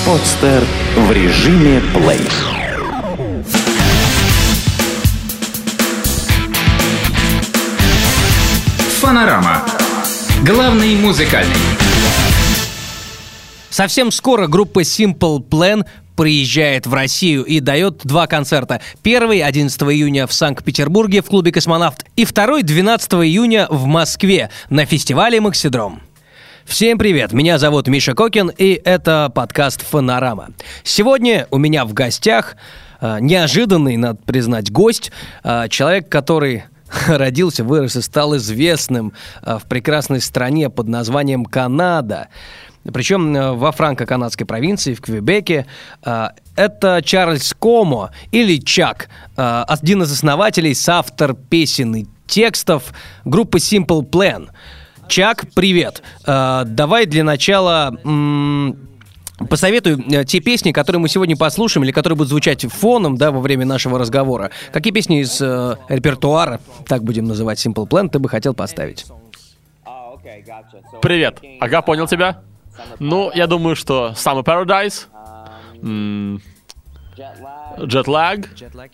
Подстер в режиме плей. Фонорама. Главный музыкальный. Совсем скоро группа Simple Plan приезжает в Россию и дает 2 концерта. Первый 11 июня в Санкт-Петербурге в клубе «Космонавт» и второй 12 июня в Москве на фестивале «Максидром». Всем привет, меня зовут Миша Кокин, и это подкаст «Фонорама». Сегодня у меня в гостях неожиданный, надо признать, гость, человек, который родился, вырос и стал известным в прекрасной стране под названием Канада. Причем во франко-канадской провинции, в Квебеке. Это Чарльз Комо, или Чак, один из основателей, соавтор песен и текстов группы Simple Plan. Чак, привет. Давай для начала посоветуй те песни, которые мы сегодня послушаем, или которые будут звучать фоном, да, во время нашего разговора. Какие песни из репертуара, так будем называть Simple Plan, ты бы хотел поставить? Привет. Ага, понял тебя. Ну, я думаю, что Summer Paradise, Jet Lag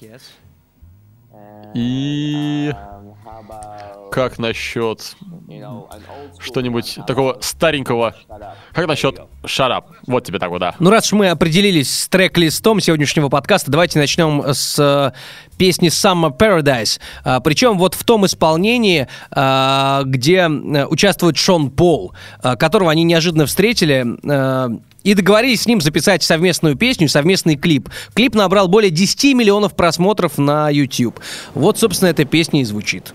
и... Как насчет что-нибудь такого старенького? Как насчет Shut Up? Вот тебе так вот, да. Ну, раз уж мы определились с трек-листом сегодняшнего подкаста, давайте начнем с песни Summer Paradise. Причем вот в том исполнении, где участвует Шон Пол, которого они неожиданно встретили и договорились с ним записать совместную песню, совместный клип. Клип набрал более 10 миллионов просмотров на YouTube. Вот, собственно, эта песня и звучит.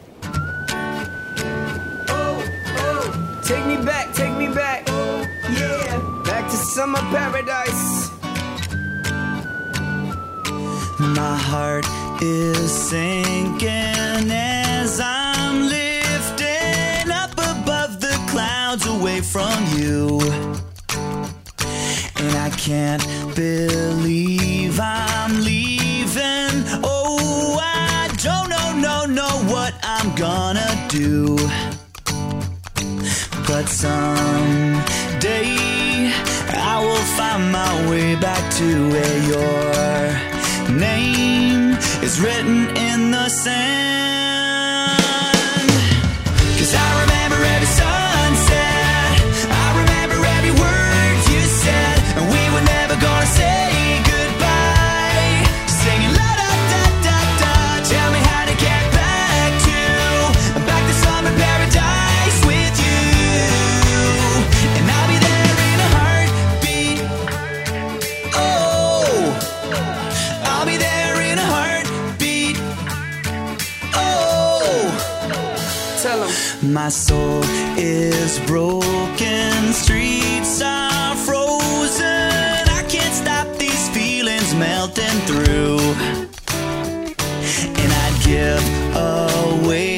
Summer paradise. My heart is sinking as I'm lifting up above the clouds away from you. And I can't believe I'm leaving. Oh, I don't know what I'm gonna do. But someday I will find my way back to where your name is written in the sand. 'Cause I remember every sunset, I remember every word you said, and we were never gonna say goodbye. Singing la da da da da, tell me how to get back to summer paradise with you. And I'll be there in a heartbeat. Oh, I'll be there in a heartbeat. Oh, tell 'em. My soul is broken, streets are frozen. I can't stop these feelings melting through. And I'd give away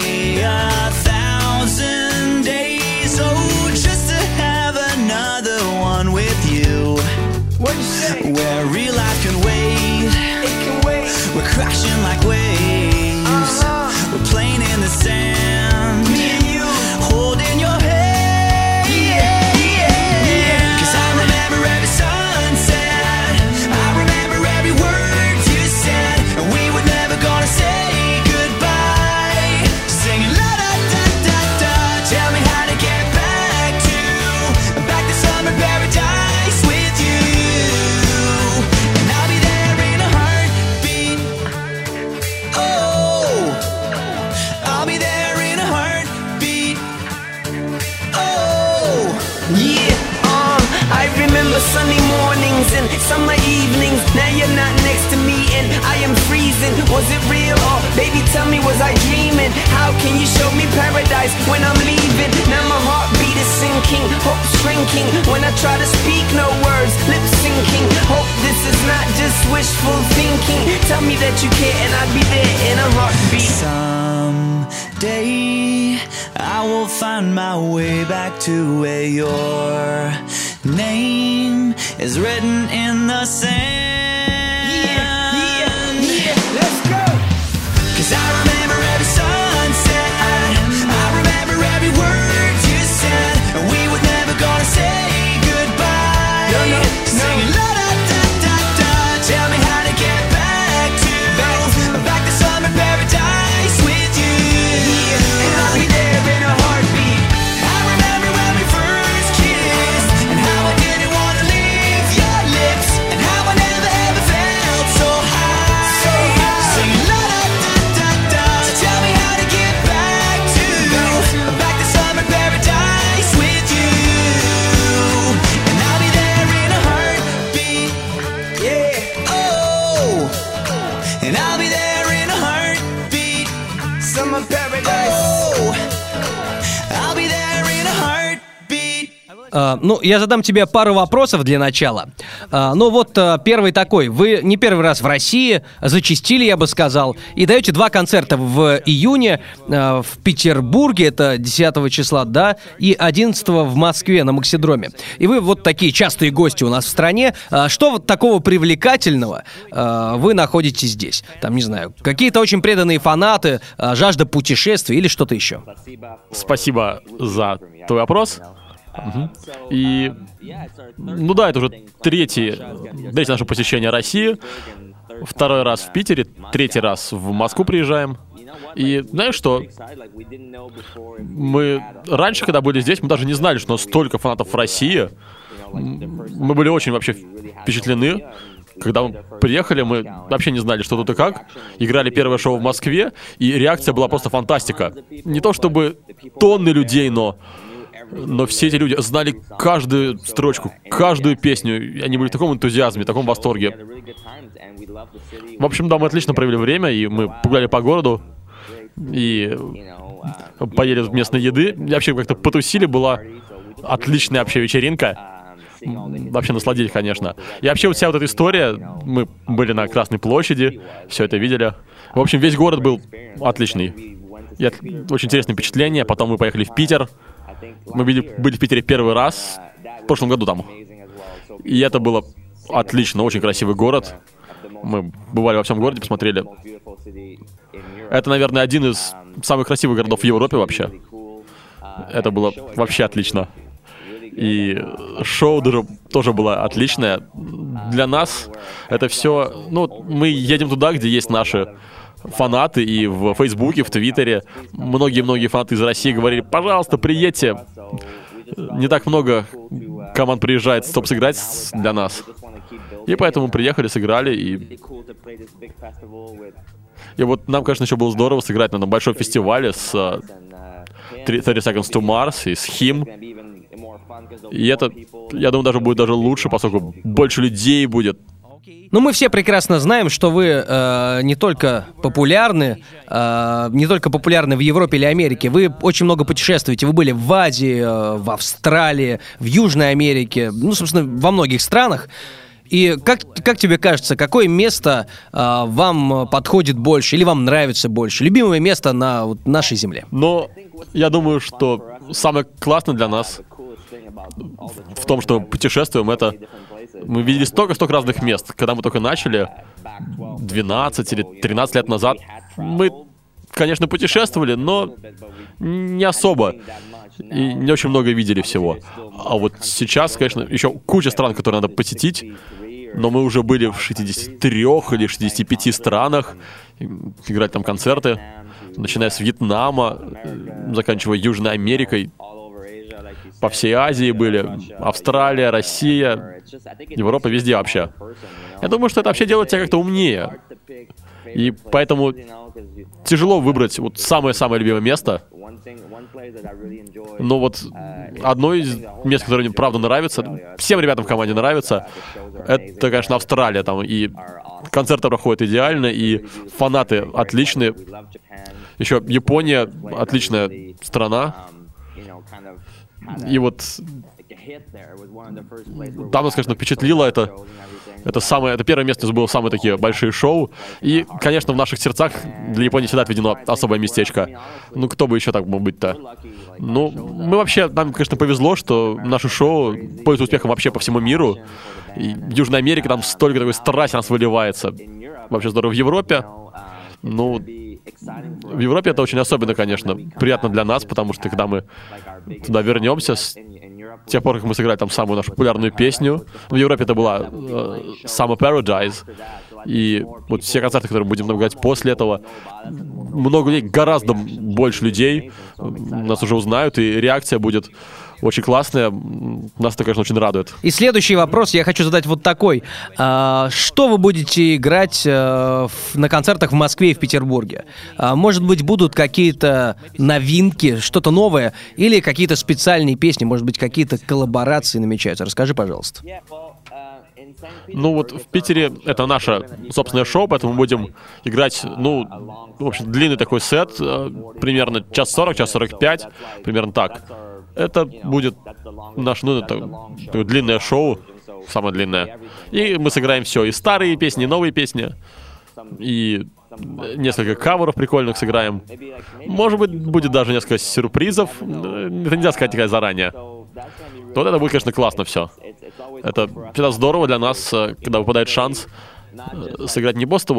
1,000 days, oh, just to have another one with you. What'd you say? Where real life can wait. It can wait. We're crashing like waves. We're playing in the sand. Me and you holding your hand. Yeah, yeah, yeah. 'Cause I remember every sunset, I remember every word you said, and we were never gonna say goodbye. Singing la da da da da, tell me how to get back to summer paradise with you. And I'll be there in a heartbeat. Oh, I'll be there in a heartbeat. Oh, yeah. I remember Sunday mornings and summer evenings. Now you're not next to me and I am freezing. Was it real or baby tell me, was I dreaming? How can you show me paradise when I'm leaving? Now my heartbeat is sinking, hope shrinking. When I try to speak, no words, lip syncing. Hope this is not just wishful thinking. Tell me that you care and I'll be there in a heartbeat. Someday I will find my way back to where your name is written in the sand. Yeah, yeah, yeah, let's go. 'Cause I remember every sunset, I remember every word you said, and we were never gonna say goodbye. No, no, no. Singing la da Ну, я задам тебе пару вопросов для начала. Ну вот первый такой. Вы не первый раз в России, зачастили, я бы сказал, и даете 2 концерта в июне в Петербурге, это 10 числа, да, и 11 в Москве на Максидроме. И вы вот такие частые гости у нас в стране. Что вот такого привлекательного вы находите здесь? Там, не знаю, какие-то очень преданные фанаты, жажда путешествий или что-то еще? Спасибо за твой вопрос. И, ну да, это уже третье наше посещение России. 2-й раз в Питере, 3-й раз в Москву приезжаем. И знаешь что? Мы раньше, когда были здесь, мы даже не знали, что у нас столько фанатов в России. Мы были очень вообще впечатлены. Когда мы приехали, мы вообще не знали, что тут и как. Играли первое шоу в Москве, и реакция была просто фантастика. Не то чтобы тонны людей, но все эти люди знали каждую строчку, каждую песню. Они были в таком энтузиазме, в таком восторге. В общем, да, мы отлично провели время, и мы погуляли по городу, и поели местной еды. И вообще как-то потусили, была отличная вообще вечеринка. Вообще насладились, конечно. И вообще вот вся вот эта история, мы были на Красной площади, все это видели. В общем, весь город был отличный. И очень интересное впечатление. Потом мы поехали в Питер. Мы были в Питере первый раз, в прошлом году там. И это было отлично, очень красивый город. Мы бывали во всем городе, посмотрели. Это, наверное, один из самых красивых городов в Европе вообще. Это было вообще отлично. И шоу тоже было отличное. Для нас это все... Ну, мы едем туда, где есть наши фанаты, и в Фейсбуке, в Твиттере. Многие-многие фанаты из России говорили: пожалуйста, приедьте. Не так много команд приезжает, чтобы сыграть для нас. И поэтому приехали, сыграли, и вот нам, конечно, еще было здорово сыграть на большом фестивале с 30 Seconds to Mars и с Him. И это, я думаю, даже будет лучше, поскольку больше людей будет. Ну, мы все прекрасно знаем, что вы не только популярны в Европе или Америке, вы очень много путешествуете. Вы были в Азии, в Австралии, в Южной Америке, ну, собственно, во многих странах. И как тебе кажется, какое место вам подходит больше или вам нравится больше? Любимое место на нашей земле? Но я думаю, что самое классное для нас в том, что мы путешествуем, это... Мы видели столько разных мест. Когда мы только начали, 12 или 13 лет назад, мы, конечно, путешествовали, но не особо. И не очень много видели всего. А вот сейчас, конечно, еще куча стран, которые надо посетить, но мы уже были в 63 или 65 странах, играть там концерты, начиная с Вьетнама, заканчивая Южной Америкой. По всей Азии были, Австралия, Россия, Европа, везде вообще. Я думаю, что это вообще делает тебя как-то умнее. И поэтому тяжело выбрать вот самое-самое любимое место. Но вот одно из мест, которое мне правда нравится, всем ребятам в команде нравится, это, конечно, Австралия. Там и концерты проходят идеально, и фанаты отличные. Еще Япония отличная страна. И вот там нас, конечно, впечатлило это первое место, было самые такие большие шоу. И, конечно, в наших сердцах для Японии всегда отведено особое местечко. Ну, кто бы еще так мог быть-то? Ну, мы вообще, нам, конечно, повезло, что наше шоу пользуется успехом вообще по всему миру. И в Южной Америке там столько такой страсти нас выливается. Вообще здорово. В Европе, ну, в Европе это очень особенно, конечно, приятно для нас, потому что когда мы туда вернемся, с тех пор, как мы сыграли там самую нашу популярную песню, в Европе это была Summer Paradise, и вот все концерты, которые будем играть после этого, много людей, гораздо больше людей нас уже узнают, и реакция будет очень классная. Нас это, конечно, очень радует. И следующий вопрос я хочу задать вот такой. Что вы будете играть на концертах в Москве и в Петербурге? Может быть, будут какие-то новинки, что-то новое? Или какие-то специальные песни? Может быть, какие-то коллаборации намечаются? Расскажи, пожалуйста. Ну вот в Питере это наше собственное шоу, поэтому мы будем играть, ну, в общем, длинный такой сет, примерно час 40, час 45, примерно так. Это будет наше такое длинное шоу, самое длинное. И мы сыграем все, и старые песни, и новые песни, и несколько каверов прикольных сыграем. Может быть, будет даже несколько сюрпризов. Это нельзя сказать заранее. Вот это будет, конечно, классно все. Это всегда здорово для нас, когда выпадает шанс сыграть не просто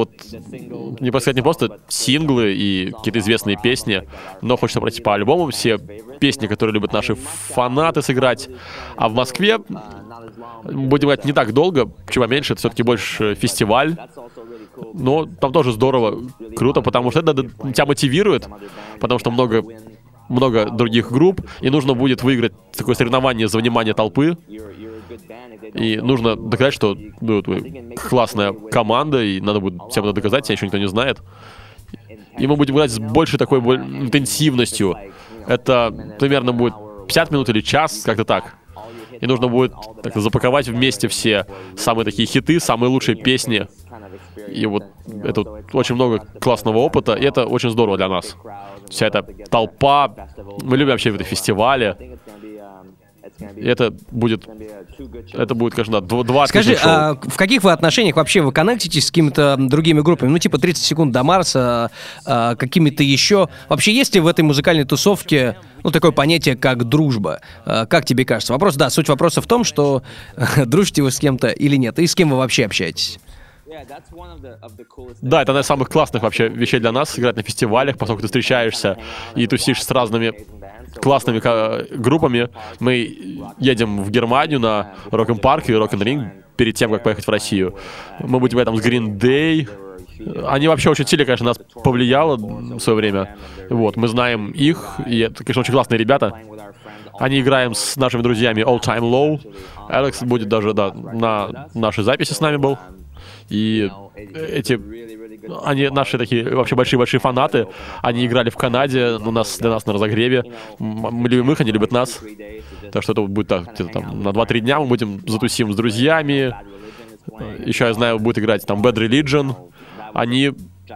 синглы и какие-то известные песни, но хочется пройти по альбомам все песни, которые любят наши фанаты, сыграть. А в Москве будем играть не так долго, чуть поменьше, это все-таки больше фестиваль. Но там тоже здорово, круто, потому что это тебя мотивирует, потому что много других групп, и нужно будет выиграть такое соревнование за внимание толпы. И нужно доказать, что вы классная команда, и надо будет всем это доказать, тебя еще никто не знает. И мы будем играть с большей такой интенсивностью. Это примерно будет 50 минут или час, как-то так. И нужно будет так запаковать вместе все самые такие хиты, самые лучшие песни. И вот это очень много классного опыта, и это очень здорово для нас. Вся эта толпа, мы любим вообще в этой фестивале. И это будет, конечно, два Скажи, шоу. В каких вы отношениях вообще вы коннектитесь с какими-то другими группами? Ну, типа 30 секунд до Марса, какими-то еще. Вообще есть ли в этой музыкальной тусовке, такое понятие, как дружба? Как тебе кажется? Суть вопроса в том, что дружите вы с кем-то или нет, и с кем вы вообще общаетесь? Да, это одна из самых классных вообще вещей для нас, играть на фестивалях, поскольку ты встречаешься и тусишь с разными классными группами. Мы едем в Германию на Rock-N-Park и Rock-N-Ring перед тем, как поехать в Россию. Мы будем там с Green Day. Они вообще очень сильно, конечно, нас повлияло в свое время. Вот, мы знаем их, и это, конечно, очень классные ребята. Они играем с нашими друзьями All Time Low. Алекс будет даже, на нашей записи с нами был. И они наши такие вообще большие-большие фанаты. Они играли в Канаде для нас на разогреве. Мы любим их, они любят нас. Так что это будет где-то там на 2-3 дня мы будем затусим с друзьями. Еще я знаю, будет играть там Bad Religion. Они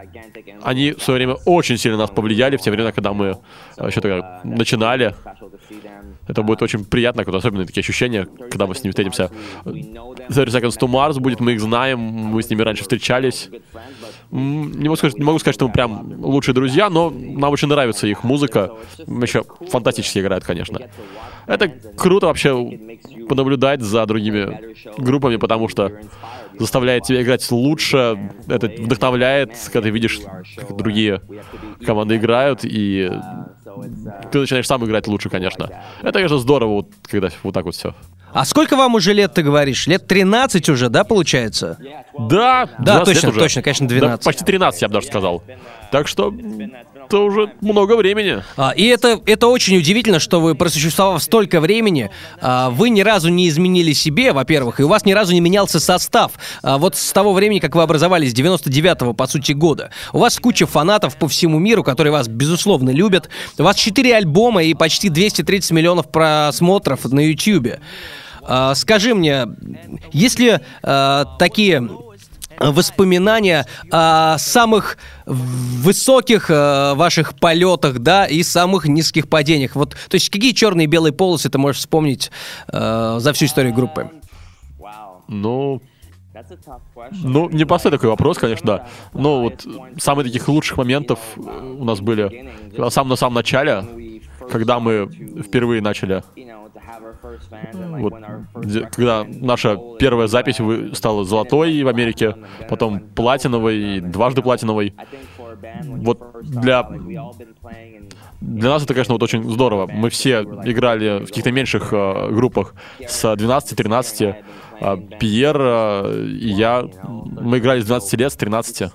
в свое время очень сильно нас повлияли в те времена, когда мы еще только начинали. Это будет очень приятно, особенно такие ощущения, когда мы с ними встретимся. 30 Seconds to Mars будет, мы их знаем, мы с ними раньше встречались. Не могу сказать, что мы прям лучшие друзья, но нам очень нравится их музыка. Еще фантастически играют, конечно. Это круто вообще понаблюдать за другими группами, потому что заставляет тебя играть лучше, это вдохновляет, когда ты видишь, как другие команды играют, и ты начинаешь сам играть лучше, конечно. Это, конечно, здорово, когда вот так вот все. А сколько вам уже лет, ты говоришь? Лет 13 уже, да, получается? Да, точно, конечно, 12. Да, почти 13, я бы даже сказал. Так что это уже много времени. И это очень удивительно, что вы, просуществовав столько времени, вы ни разу не изменили себе, во-первых, и у вас ни разу не менялся состав. Вот с того времени, как вы образовались, 99-го, по сути, года. У вас куча фанатов по всему миру, которые вас, безусловно, любят. У вас 4 альбома и почти 230 миллионов просмотров на YouTube. Скажи мне, есть ли такие воспоминания о самых высоких ваших полетах, да, и самых низких падениях? Вот, то есть какие черные и белые полосы ты можешь вспомнить за всю историю группы? Не простой такой вопрос, конечно, да. Но вот самые таких лучших моментов у нас были на самом начале, когда мы впервые начали. Вот, когда наша первая запись стала золотой в Америке, потом платиновой и дважды платиновой. Вот для нас это, конечно, вот очень здорово. Мы все играли в каких-то меньших группах с 12-13. Пьер и я, мы играли с 12 лет, с 13.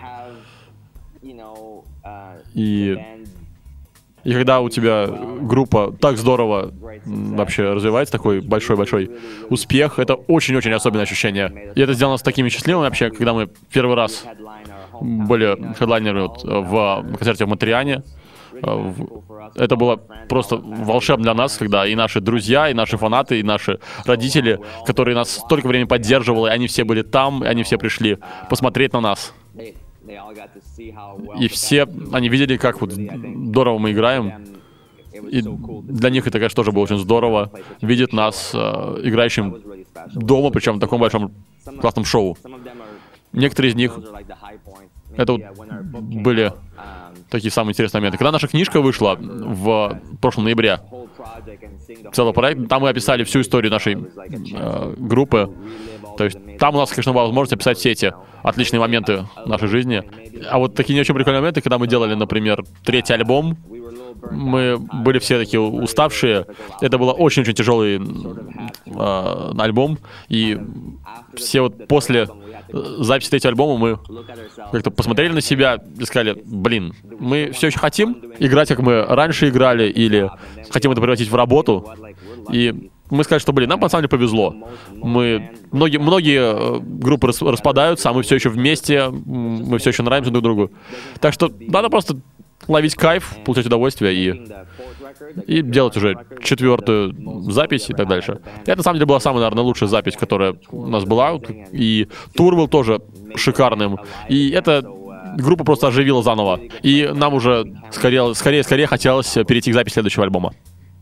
И когда у тебя группа так здорово вообще развивается, такой большой-большой успех, это очень-очень особенное ощущение. И это сделано нас такими счастливыми вообще, когда мы первый раз были хедлайнеры в концерте в Монтреале. Это было просто волшебно для нас, когда и наши друзья, и наши фанаты, и наши родители, которые нас столько времени поддерживали, они все были там, и они все пришли посмотреть на нас. И все, они видели, как вот здорово мы играем. И для них это, конечно, тоже было очень здорово видеть нас играющим дома, причем в таком большом классном шоу. Некоторые из них, это вот были такие самые интересные моменты. Когда наша книжка вышла в прошлом ноябре, целый проект, там мы описали всю историю нашей группы. То есть там у нас, конечно, была возможность описать все эти отличные моменты нашей жизни. А вот такие не очень прикольные моменты, когда мы делали, например, 3-й альбом, мы были все такие уставшие. Это был очень-очень тяжелый альбом. И все вот после записи 3-го альбома мы как-то посмотрели на себя и сказали: блин, мы все еще хотим играть, как мы раньше играли, или хотим это превратить в работу. И мы сказали, что, блин, нам на самом деле повезло. Многие группы распадаются, а мы все еще вместе, мы все еще нравимся друг другу. Так что надо просто ловить кайф, получать удовольствие и делать уже 4-ю запись и так дальше. Это, на самом деле, была самая, наверное, лучшая запись, которая у нас была. И тур был тоже шикарным. И эта группа просто оживила заново. И нам уже скорее хотелось перейти к записи следующего альбома.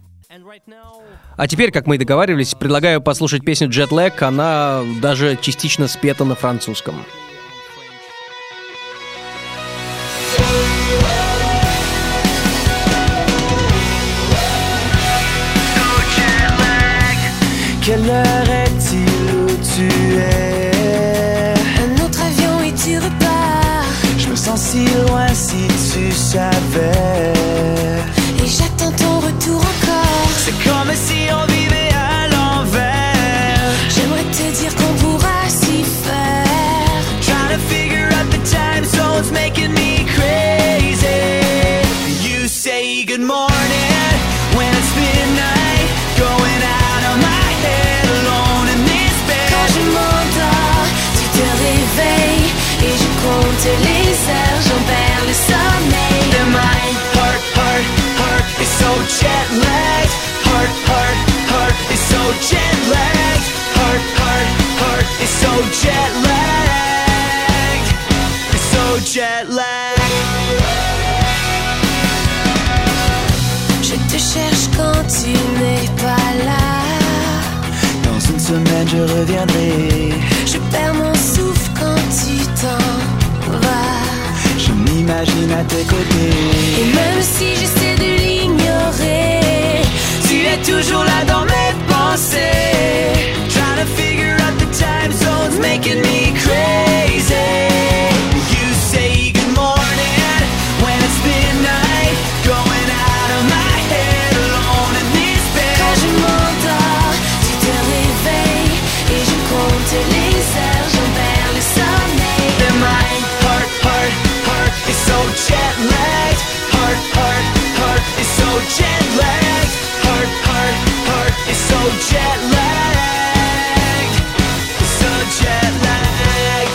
А теперь, как мы и договаривались, предлагаю послушать песню Jet Lag. Она даже частично спета на французском. Quelle heure est-il où tu es? Un autre avion et tu repars. Je me sens si loin si tu savais. Et j'attends ton retour encore. C'est comme si on vivait à l'envers. J'aimerais te dire qu'on pourra s'y faire. Trying to figure out the time zones making me crazy. You say good morning when it's midnight. Going out of my head alone in this bed. Quand je m'endors, tu te réveilles. Et je compte les heures, j'en perds le sommeil. And my heart is so jet lagged. Heart is so jet lagged. Heart is so jet lagged. It's so jet lagged. Je te cherche quand tu n'es pas là. Dans une semaine je reviendrai. Je perds mon souffle quand tu t'en vas. Je m'imagine à tes côtés. Et même si j'essaie de l'ignorer, tu es toujours là dans mes pensées. Trying to figure out the time zones making me crazy. You say good morning when it's midnight. Going out of my head alone in this bed. quand je m'endors, tu te réveilles. Et je compte les heures, j'en perds le sommeil. And my heart is so jet lagged. Heart is so jet lagged. Heart is so jet lagged. So jet lagged.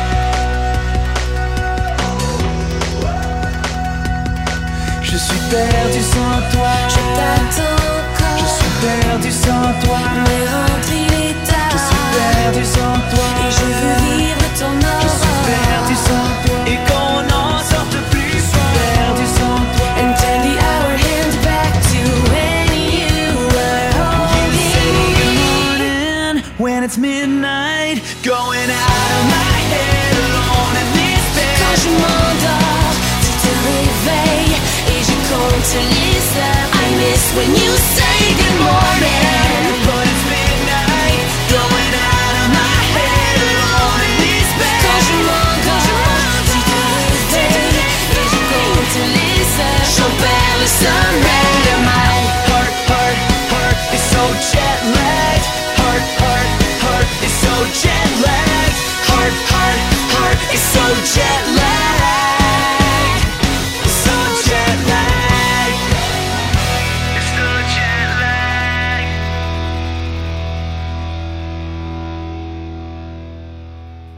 Je suis perdu sans toi. Je t'attends encore. Je suis perdu sans toi. Mais rentre, il est tard. Je suis perdu sans toi. Et je veux vivre ton aurore. Je suis perdu sans toi. Et qu'on n'en sorte plus. Je suis perdu sans toi. And turn the hour hands back to when you were holding me. When it's midnight, going out of my head alone in this bed. Quand je m'endors, tu te réveilles. Et je compte les heures. I miss when you say good morning. But it's midnight, going out of my head alone in this bed. Quand je m'endors, tu te réveilles. Et je compte les heures. J'en perds le sommeil. My heart is so jet lagged. Heart is so jet lagged. Heart is so jet lagged. So jet lagged. So jet lagged.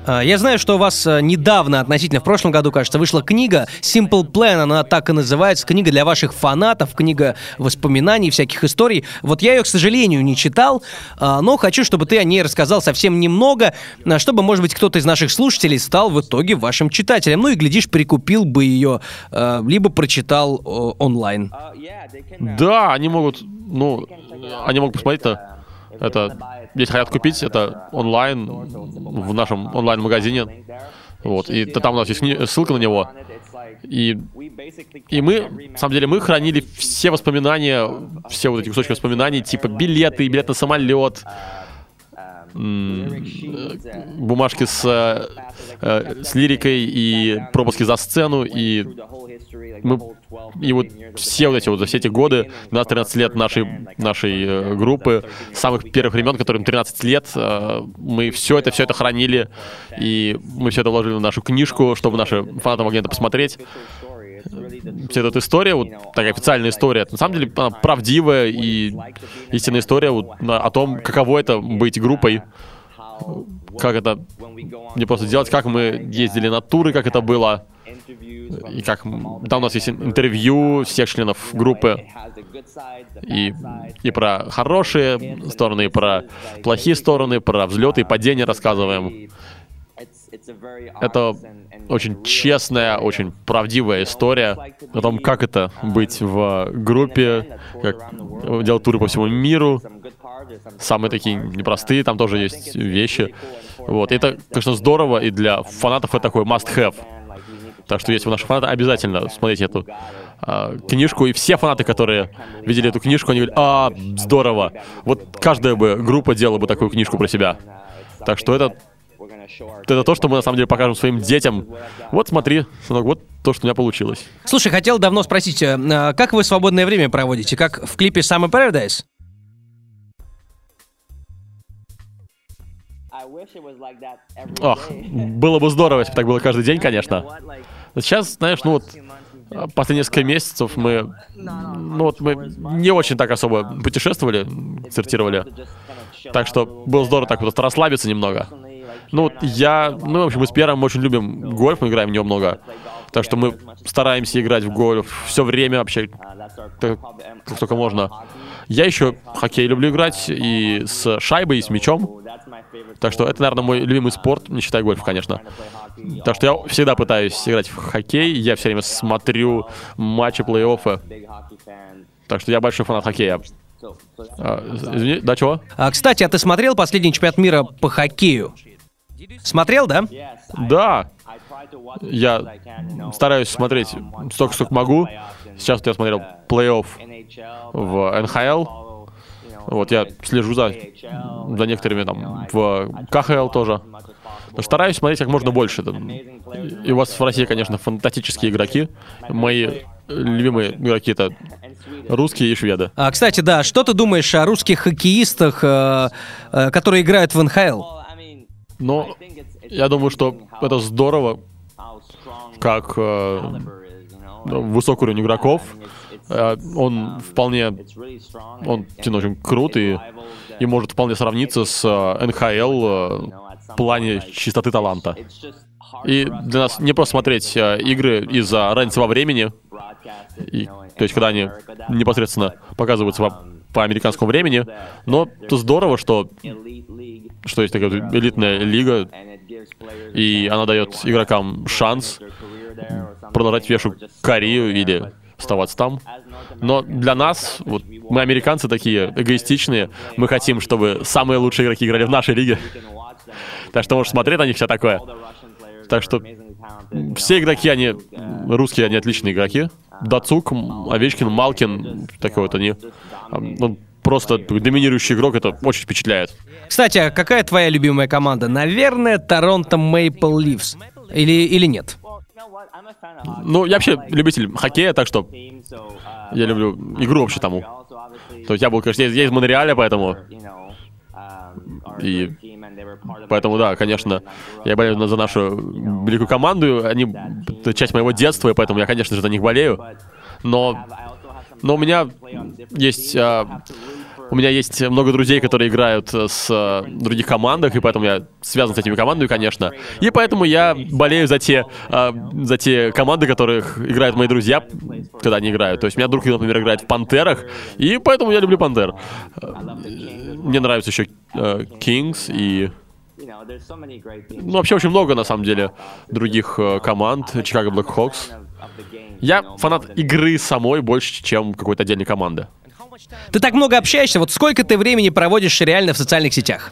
Я знаю, что у вас недавно, относительно в прошлом году, кажется, вышла книга Simple Plan, она так и называется, книга для ваших фанатов, книга воспоминаний, всяких историй. Вот я ее, к сожалению, не читал, но хочу, чтобы ты о ней рассказал совсем немного, чтобы, может быть, кто-то из наших слушателей стал в итоге вашим читателем. Ну и, глядишь, прикупил бы ее, либо прочитал онлайн. Да, они могут посмотреть это, если хотят купить, это онлайн, в нашем онлайн-магазине. Вот, и там у нас есть ссылка на него. И мы, на самом деле, мы хранили все воспоминания, все вот эти кусочки воспоминаний, типа билеты, билет на самолет, бумажки с лирикой и пропуски за сцену, и вот все за все эти годы, 12-13 лет нашей группы, с самых первых времен, которым 13 лет, мы все это хранили, и мы все это вложили в нашу книжку, чтобы наши фанаты могли это посмотреть. Вся эта история, вот такая официальная история, на самом деле она правдивая и истинная история о том, каково это быть группой, как это не просто делать, как мы ездили на туры, как это было, и как там у нас есть интервью всех членов группы, и про хорошие стороны, и про плохие стороны, про взлеты и падения рассказываем. Это очень честная, очень правдивая история о том, как это быть в группе, как делать туры по всему миру. Самые такие непростые, там тоже есть вещи. Вот. И это, конечно, здорово, и для фанатов это такой must-have. Так что если вы наши фанаты, обязательно смотрите эту книжку. И все фанаты, которые видели эту книжку, они говорят: здорово. Вот каждая бы группа делала бы такую книжку про себя. Так что это то, что мы на самом деле покажем своим детям. Вот смотри, сынок, вот то, что у меня получилось. Слушай, хотел давно спросить, как вы свободное время проводите? Как в клипе Summer Paradise? Было бы здорово, если бы так было каждый день, конечно. Сейчас, знаешь, последние несколько месяцев мы не очень так особо путешествовали, концертировали. Так что было здорово так вот расслабиться немного. В общем, мы с Пьером очень любим гольф, мы играем в него много. Так что мы стараемся играть в гольф все время вообще, как только можно. Я еще хоккей люблю играть и с шайбой, и с мячом. Так что это, наверное, мой любимый спорт, не считая гольфа, конечно. Так что я всегда пытаюсь играть в хоккей, я все время смотрю матчи, плей-оффы. Так что я большой фанат хоккея. Извини, да, чего? Кстати, а ты смотрел последний чемпионат мира по хоккею? Смотрел, да? Да. Я стараюсь смотреть столько, сколько могу. Сейчас я смотрел плей-офф в НХЛ. Вот, я слежу за некоторыми там в КХЛ тоже. Стараюсь смотреть как можно больше. И у вас в России, конечно, фантастические игроки. Мои любимые игроки — это русские и шведы. Кстати, да, что ты думаешь о русских хоккеистах, которые играют в НХЛ? Я думаю, что это здорово, как высокий уровень игроков. Он очень крут и может вполне сравниться с НХЛ в плане чистоты таланта. И для нас не просто смотреть игры из-за разницы во времени, то есть когда они непосредственно показываются по американскому времени, но это здорово, что есть такая элитная лига, и она дает игрокам шанс продолжать вешу Корею или оставаться там. Но для нас, мы американцы такие эгоистичные, мы хотим, чтобы самые лучшие игроки играли в нашей лиге. Так что можешь смотреть на них все такое. Так что все игроки, русские, они отличные игроки. Дацук, Овечкин, Малкин, такой вот они. Просто доминирующий игрок, это очень впечатляет. Кстати, а какая твоя любимая команда? Наверное, Торонто Мэйпл Ливс. Или нет? Я вообще любитель хоккея, так что я люблю игру вообще тому. То есть я был, конечно, я из Монреаля, поэтому... И поэтому, да, конечно, я болею за нашу великую команду. Они часть моего детства, и поэтому я, конечно же, за них болею. Но у меня есть У меня есть много друзей, которые играют с других командах, и поэтому я связан с этими командами, конечно. И поэтому я болею за те команды, которых играют мои друзья, когда они играют. То есть у меня друг, например, играет в Пантерах, и поэтому я люблю Пантер. Мне нравится еще Kings и... Ну, вообще очень много, на самом деле, других команд. Chicago Blackhawks. Я фанат игры самой больше, чем какой-то отдельной команды. Ты так много общаешься, вот сколько ты времени проводишь реально в социальных сетях?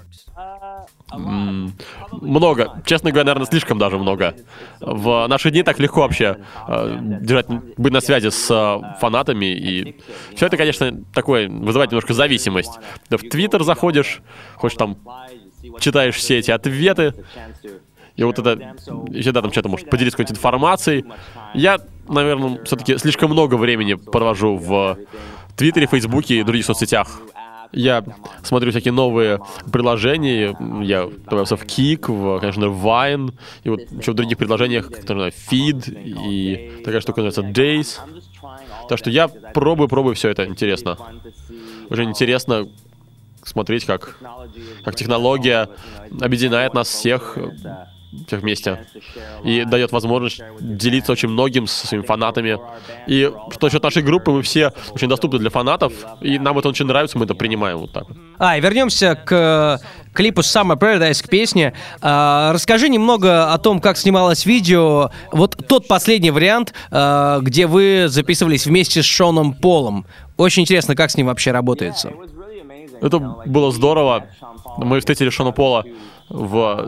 Много. Честно говоря, наверное, слишком даже много. В наши дни так легко вообще быть на связи с фанатами. И все это, конечно, такое вызывает немножко зависимость. Ты в Твиттер заходишь, хочешь там, читаешь все эти ответы. И вот это, всегда там что-то может поделиться какой-то информацией. Я, наверное, все-таки слишком много времени провожу в Твиттере, Фейсбуке и других соцсетях. Я смотрю всякие новые приложения. Я добавился в Kik, конечно, в Vine. И вот еще в других приложениях, которые Feed и такая штука называется Days. Так что я пробую все это. Интересно. Очень интересно смотреть, как технология объединяет нас всех вместе и дает возможность делиться очень многим со своими фанатами. И что насчет нашей группы, мы все очень доступны для фанатов, и нам это очень нравится, мы это принимаем вот так. И вернемся к клипу Summer Paradise, к песне. Расскажи немного о том, как снималось видео. Вот тот последний вариант, где вы записывались вместе с Шоном Полом. Очень интересно, как с ним вообще работается. Это было здорово. Мы встретили Шона Пола в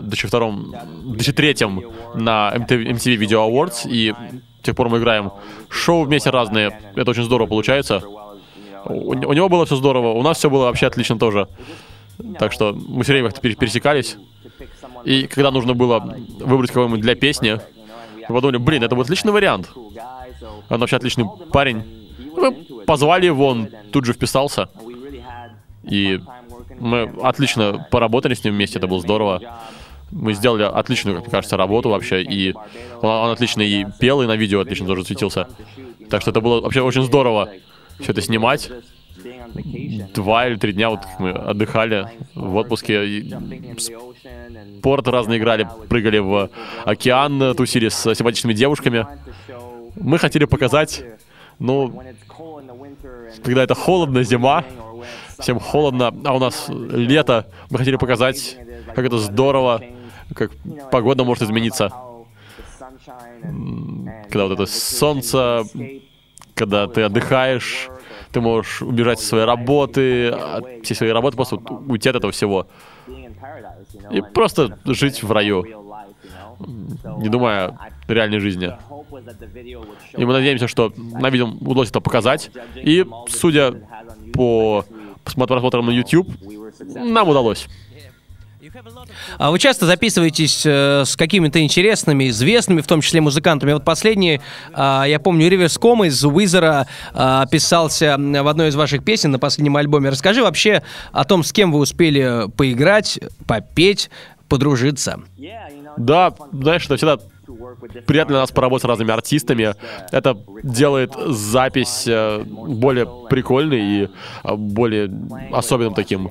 2003 на MTV Video Awards, и с тех пор мы играем шоу вместе разные. Это очень здорово получается. У него было все здорово, у нас все было вообще отлично тоже. Так что мы все время пересекались. И когда нужно было выбрать кого-нибудь для песни, мы подумали, это будет отличный вариант. Он вообще отличный парень. Мы позвали его, он тут же вписался. И мы отлично поработали с ним вместе, это было здорово. Мы сделали отличную, как мне кажется, работу вообще, и он отлично и пел, и на видео отлично тоже светился. Так что это было вообще очень здорово все это снимать. 2 или 3 дня вот мы отдыхали в отпуске, спорт разные играли, прыгали в океан, тусили с симпатичными девушками. Мы хотели показать, когда это холодно, зима, всем холодно, а у нас лето. Мы хотели показать, как это здорово, как погода может измениться. Когда вот это солнце, когда ты отдыхаешь, ты можешь убежать со своей работы, от всей своей работы, просто уйти от этого всего. И просто жить в раю, не думая о реальной жизни. И мы надеемся, что нам видео удалось это показать. И, судя по просмотрам на YouTube, нам удалось. А вы часто записываетесь с какими-то интересными, известными, в том числе музыкантами? Вот последний, я помню, Риверс Ком из Уизера писался в одной из ваших песен на последнем альбоме. Расскажи вообще о том, с кем вы успели поиграть, попеть, подружиться. Да, знаешь, это всегда приятно для нас поработать с разными артистами. Это делает запись более прикольной и более особенным таким.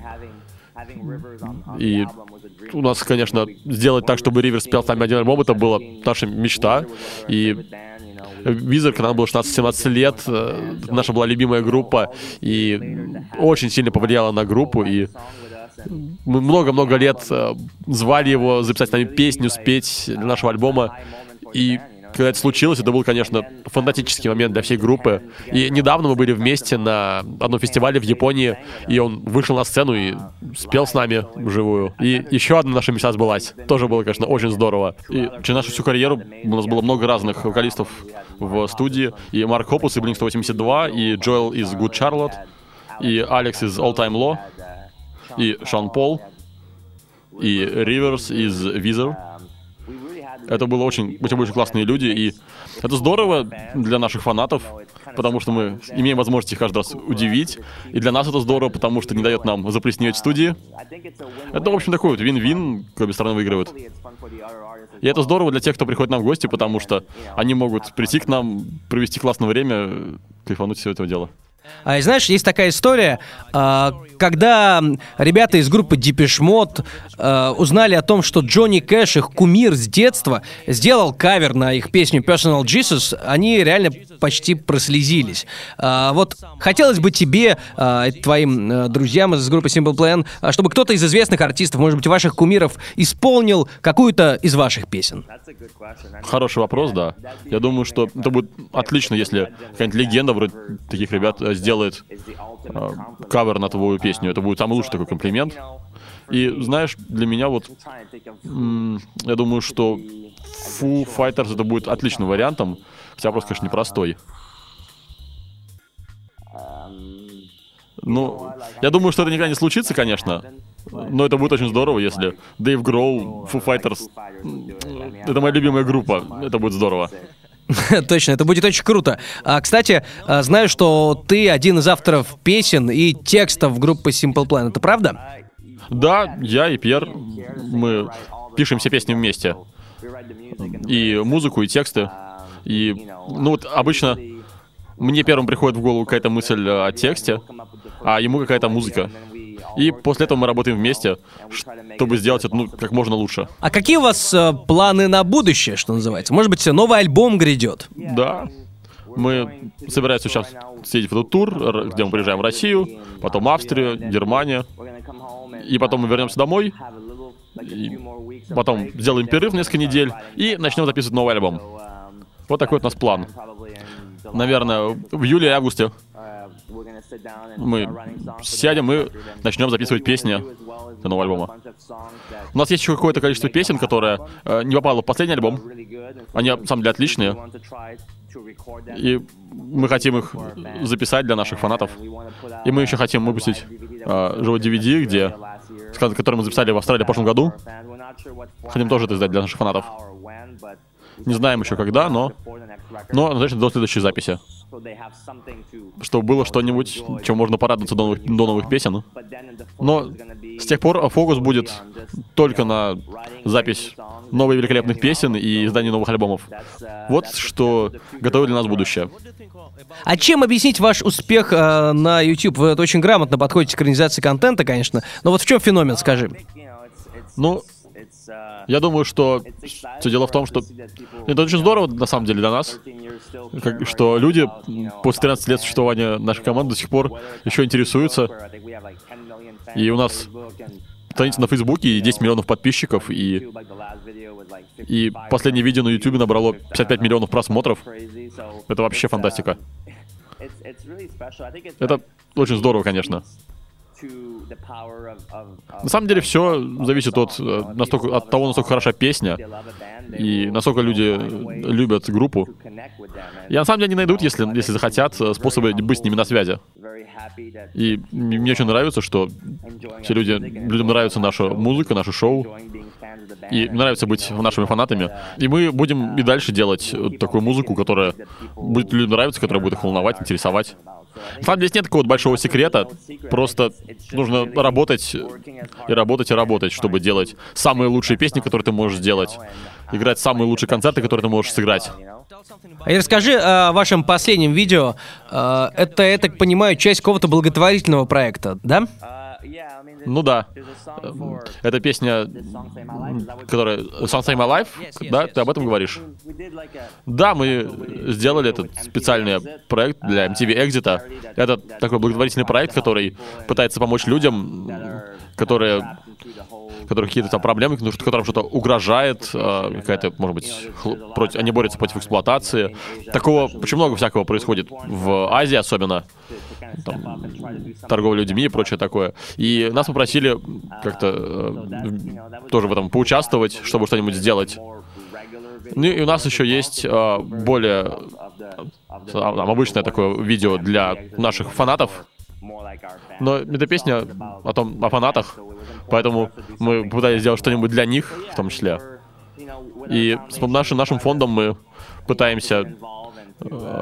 И у нас, конечно, сделать так, чтобы Риверс спел с нами один альбом, это была наша мечта. И Визер, когда нам было 16-17 лет, наша была любимая группа, и очень сильно повлияла на группу, и мы много-много лет звали его записать с нами песню, спеть для нашего альбома. И когда это случилось, это был, конечно, фантастический момент для всей группы. И недавно мы были вместе на одном фестивале в Японии, и он вышел на сцену и спел с нами вживую. И еще одна наша мечта сбылась. Тоже было, конечно, очень здорово. И через нашу всю карьеру у нас было много разных вокалистов в студии. И Марк Хопус из Blink-182, и Джоэл из Good Charlotte, и Алекс из All Time Low, и Шон Пол, и Риверс из Weezer. Это было очень классные люди, и это здорово для наших фанатов, потому что мы имеем возможность их каждый раз удивить, и для нас это здорово, потому что не дает нам заплесневать в студии. Это, в общем, такой вот вин-вин, обе стороны выигрывают. И это здорово для тех, кто приходит к нам в гости, потому что они могут прийти к нам, провести классное время, кайфануть всего этого дела. А знаешь, есть такая история, когда ребята из группы Depeche Mode узнали о том, что Джонни Кэш, их кумир с детства, сделал кавер на их песню Personal Jesus, они реально почти прослезились. Вот хотелось бы тебе, твоим друзьям из группы Simple Plan, чтобы кто-то из известных артистов, может быть, ваших кумиров, исполнил какую-то из ваших песен. Хороший вопрос, да. Я думаю, что это будет отлично, если какая-нибудь легенда вроде таких ребят сделает кавер на твою песню. Это будет самый лучший такой комплимент. И знаешь, для меня вот, я думаю, что Foo Fighters это будет отличным вариантом, хотя вопрос, конечно, непростой. Ну, я думаю, что это никогда не случится, конечно, но это будет очень здорово, если Дэйв Гроул, Foo Fighters, это моя любимая группа, это будет здорово. Точно, это будет очень круто. Кстати, знаю, что ты один из авторов песен и текстов группы Simple Plan, это правда? Да, я и Пьер, мы пишем все песни вместе. И музыку, и тексты. И, ну вот, обычно мне первым приходит в голову какая-то мысль о тексте, а ему какая-то музыка. И после этого мы работаем вместе, чтобы сделать это, ну, как можно лучше. А какие у вас планы на будущее, что называется? Может быть, новый альбом грядет? Да. Мы собираемся сейчас съездить в этот тур, где мы приезжаем в Россию, потом Австрию, Германию. И потом мы вернемся домой, и потом сделаем перерыв на несколько недель и начнем записывать новый альбом. Вот такой вот у нас план. Наверное, в июле и августе мы сядем и начнем записывать песни для нового альбома. У нас есть еще какое-то количество песен, которое не попало в последний альбом. Они, на самом деле, отличные. И мы хотим их записать для наших фанатов. И мы еще хотим выпустить живой DVD, который мы записали в Австралии в прошлом году. Хотим тоже это издать для наших фанатов. Не знаем еще когда, но значит, до следующей записи. Чтобы было что-нибудь, чем можно порадоваться до новых песен. Но с тех пор фокус будет только на запись новых великолепных песен и издание новых альбомов. Вот что готовит для нас будущее. А чем объяснить ваш успех на YouTube? Вы очень грамотно подходите к организации контента, конечно. Но вот в чем феномен, скажи? Ну, я думаю, что все дело в том, что это очень здорово, на самом деле, для нас, что люди после 13 лет существования нашей команды до сих пор еще интересуются. И у нас страница на Фейсбуке и 10 миллионов подписчиков, и последнее видео на YouTube набрало 55 миллионов просмотров. Это вообще фантастика. Это очень здорово, конечно. На самом деле все зависит от того, насколько хороша песня и насколько люди любят группу. И на самом деле они найдут, если захотят, способы быть с ними на связи. И мне очень нравится, что все людям нравится наша музыка, наше шоу. И нравится быть нашими фанатами. И мы будем и дальше делать такую музыку, которая будет людям нравиться, которая будет их волновать, интересовать. На самом деле, здесь нет такого большого секрета. Просто нужно работать и работать и работать, чтобы делать самые лучшие песни, которые ты можешь сделать. Играть самые лучшие концерты, которые ты можешь сыграть. И расскажи о вашем последнем видео. Это, я так понимаю, часть какого-то благотворительного проекта, да? Ну да. Это песня, которая «Some Say My Life», да? Ты об этом говоришь? Да, мы сделали этот специальный проект для MTV Exit. Это такой благотворительный проект, который пытается помочь людям, которых какие-то там проблемы, которым что-то угрожает, какая-то, может быть, они борются против эксплуатации. Такого очень много всякого происходит в Азии особенно. Там, торговля людьми и прочее такое. И нас попросили как-то тоже в этом поучаствовать, чтобы что-нибудь сделать. Ну и у нас еще есть более обычное такое видео для наших фанатов. Но это песня о фанатах, поэтому мы пытались сделать что-нибудь для них, в том числе. И с нашим фондом мы пытаемся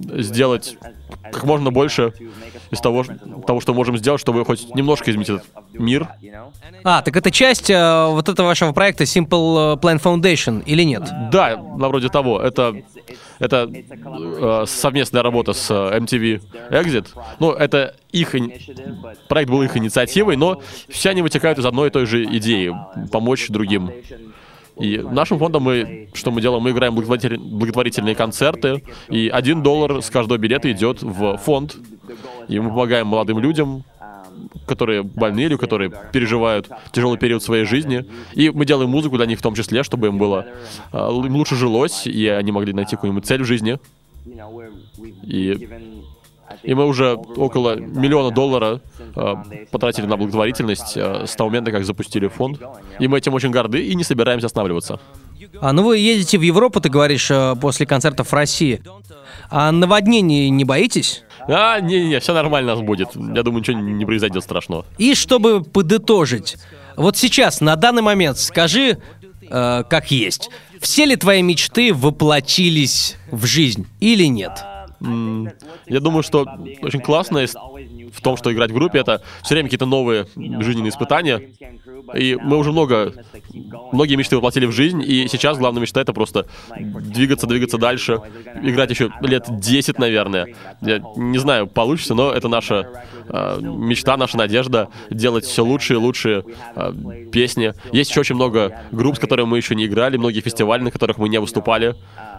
сделать как можно больше из того, что можем сделать, чтобы хоть немножко изменить этот мир. Так это часть вот этого вашего проекта Simple Plan Foundation или нет? Да, на вроде того. Это совместная работа с MTV Exit. Ну, это проект был их инициативой, но все они вытекают из одной и той же идеи — помочь другим. И нашим фондом что мы делаем? Мы играем благотворительные концерты, и $1 с каждого билета идет в фонд. И мы помогаем молодым людям, которые больны или которые переживают тяжелый период своей жизни. И мы делаем музыку для них в том числе, чтобы им лучше жилось, и они могли найти какую-нибудь цель в жизни. И мы уже около $1 миллиона потратили на благотворительность с того момента, как запустили фонд. И мы этим очень горды и не собираемся останавливаться. Ну вы едете в Европу, ты говоришь, после концертов в России. А наводнений не боитесь? Не, все нормально у нас будет. Я думаю, ничего не произойдет страшного. И чтобы подытожить, вот сейчас, на данный момент, скажи, как есть. Все ли твои мечты воплотились в жизнь или нет? Я думаю, что очень классно в том, что играть в группе — это все время какие-то новые жизненные испытания. И мы уже многие мечты воплотили в жизнь, и сейчас главная мечта — это просто двигаться дальше, играть еще лет 10, наверное. Я не знаю, получится, но это наша мечта, наша надежда — делать все лучшие и лучшие песни. Есть еще очень много групп, с которыми мы еще не играли, многие фестивали, на которых мы не выступали.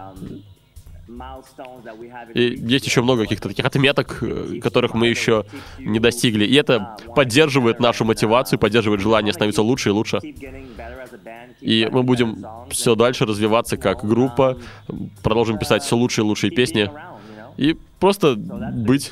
И есть еще много каких-то таких отметок, которых мы еще не достигли. И это поддерживает нашу мотивацию, поддерживает желание становиться лучше и лучше. И мы будем все дальше развиваться как группа, продолжим писать все лучшие и лучшие песни. И просто быть.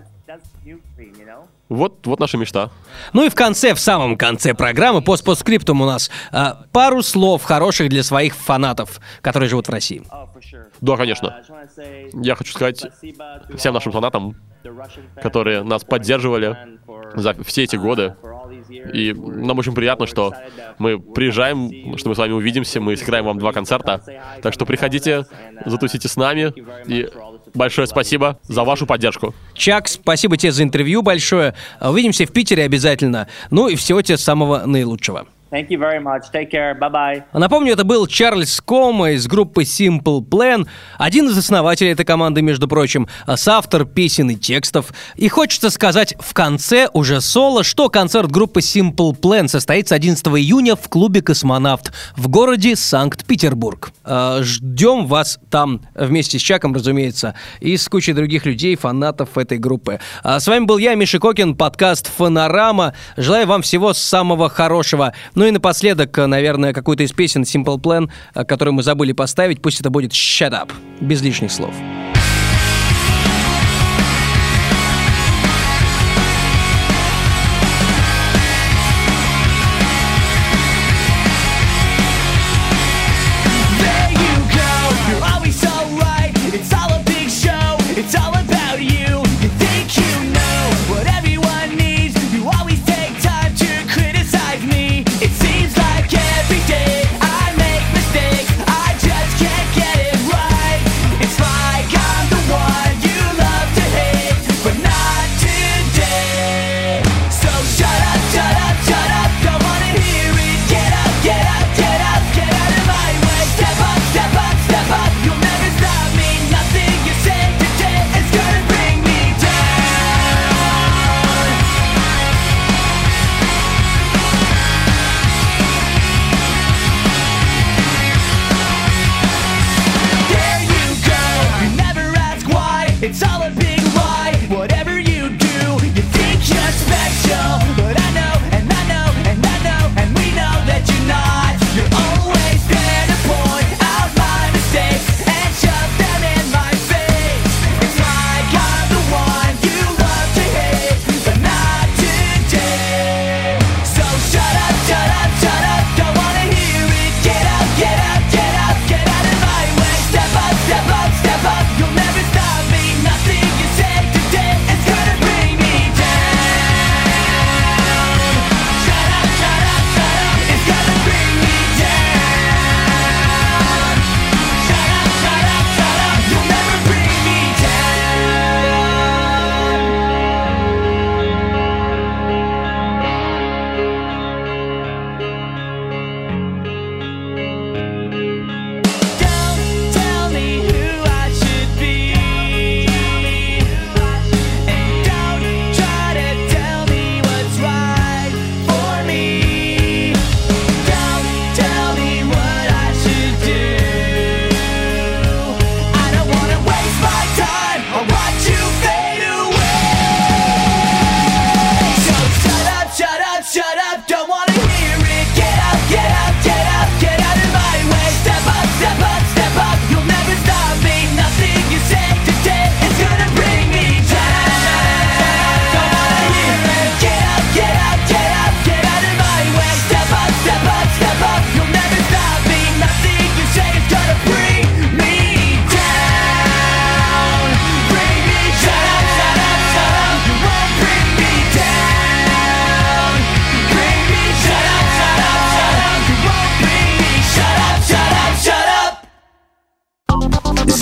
Вот наша мечта. Ну и в самом конце программы, постскриптум у нас, пару слов хороших для своих фанатов, которые живут в России. Да, конечно. Я хочу сказать всем нашим фанатам, которые нас поддерживали за все эти годы. И нам очень приятно, что мы приезжаем, что мы с вами увидимся, мы сыграем вам 2 концерта. Так что приходите, затусите с нами. И большое спасибо за вашу поддержку. Чак, спасибо тебе за интервью большое. Увидимся в Питере обязательно. Ну и всего тебе самого наилучшего. Thank you very much. Take care. Bye-bye. Напомню, это был Чарльз Кома из группы Simple Plan, один из основателей этой команды, между прочим, соавтор песен и текстов. И хочется сказать в конце уже соло, что концерт группы Simple Plan состоится 11 июня в клубе «Космонавт» в городе Санкт-Петербург. Ждем вас там вместе с Чаком, разумеется, и с кучей других людей, фанатов этой группы. С вами был я, Миша Кокин, подкаст «Фонорама». Желаю вам всего самого хорошего. Ну и напоследок, наверное, какую-то из песен Simple Plan, которую мы забыли поставить, пусть это будет «Shut Up», без лишних слов. I make mistakes, I just can't get it right. It's like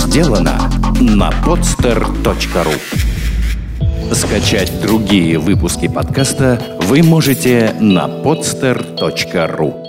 сделано на podster.ru. Скачать другие выпуски подкаста вы можете на podster.ru.